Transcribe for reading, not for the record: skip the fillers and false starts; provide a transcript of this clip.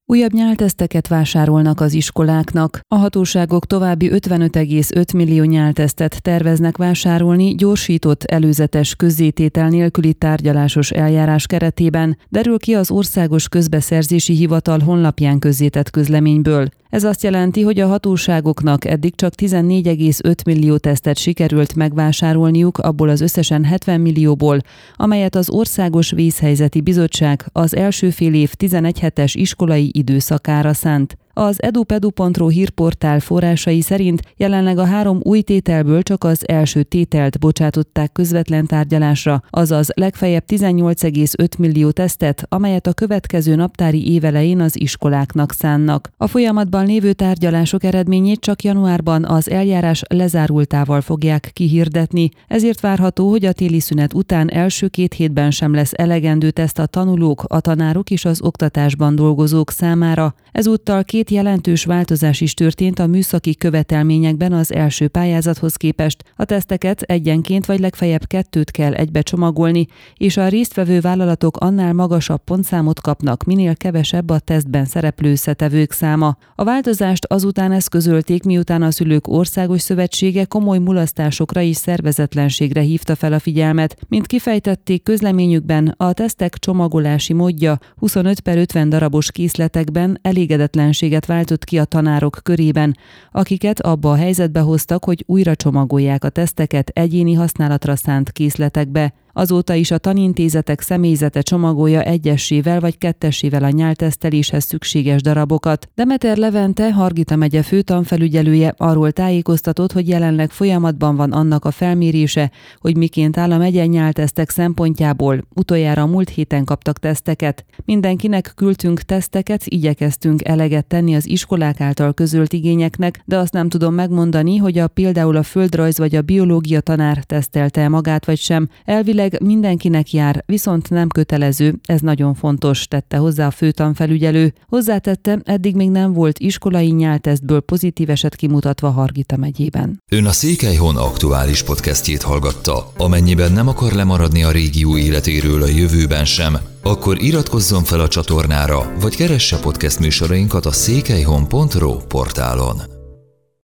Újabb nyálteszteket vásárolnak az iskoláknak. A hatóságok további 55,5 millió nyáltesztet terveznek vásárolni gyorsított előzetes közzététel nélküli tárgyalásos eljárás keretében, derül ki az Országos Közbeszerzési Hivatal honlapján közzétett közleményből. Ez azt jelenti, hogy a hatóságoknak eddig csak 14,5 millió tesztet sikerült megvásárolniuk abból az összesen 70 millióból, amelyet az Országos Vészhelyzeti Bizottság az első félév 11 hetes iskolai időszakára szánt. Az edupedu.ro hírportál forrásai szerint jelenleg a 3 új tételből csak az első tételt bocsátották közvetlen tárgyalásra, azaz legfeljebb 18,5 millió tesztet, amelyet a következő naptári év elején az iskoláknak szánnak. A folyamatban lévő tárgyalások eredményét csak januárban az eljárás lezárultával fogják kihirdetni, ezért várható, hogy a téli szünet után első 2 hétben sem lesz elegendő teszt a tanulók, a tanárok és az oktatásban dolgozók számára. Ezúttal 2 jelentős változás is történt a műszaki követelményekben az első pályázathoz képest. A teszteket egyenként vagy legfeljebb 2 kell egybe csomagolni, és a résztvevő vállalatok annál magasabb pontszámot kapnak, minél kevesebb a tesztben szereplő összetevők száma. A változást azután eszközölték, miután a Szülők Országos Szövetsége komoly mulasztásokra és szervezetlenségre hívta fel a figyelmet. Mint kifejtették közleményükben, a tesztek csomagolási módja 25/50 darabos készletekben elégedetlenséget váltott ki a tanárok körében, akiket abba a helyzetbe hoztak, hogy újra csomagolják a teszteket egyéni használatra szánt készletekbe. Azóta is a tanintézetek személyzete csomagolja 1-esével vagy 2-esével a nyálteszteléshez szükséges darabokat. Demeter Levente, Hargita megye főtanfelügyelője arról tájékoztatott, hogy jelenleg folyamatban van annak a felmérése, hogy miként áll a megye nyáltesztek szempontjából. Utoljára a múlt héten kaptak teszteket. Mindenkinek küldtünk teszteket, igyekeztünk eleget tenni az iskolák által közölt igényeknek, de azt nem tudom megmondani, hogy például a földrajz vagy a biológia tanár tesztelte magát vagy sem. Elvileg mindenkinek jár, viszont nem kötelező, ez nagyon fontos, tette hozzá a főtanfelügyelő. Hozzátette, eddig még nem volt iskolai nyáltesztből pozitív eset kimutatva Hargita megyében. Ön a Székelyhon aktuális podcastjét hallgatta. Amennyiben nem akar lemaradni a régió életéről a jövőben sem, akkor iratkozzon fel a csatornára, vagy keresse podcast műsorainkat a székelyhon.ro portálon.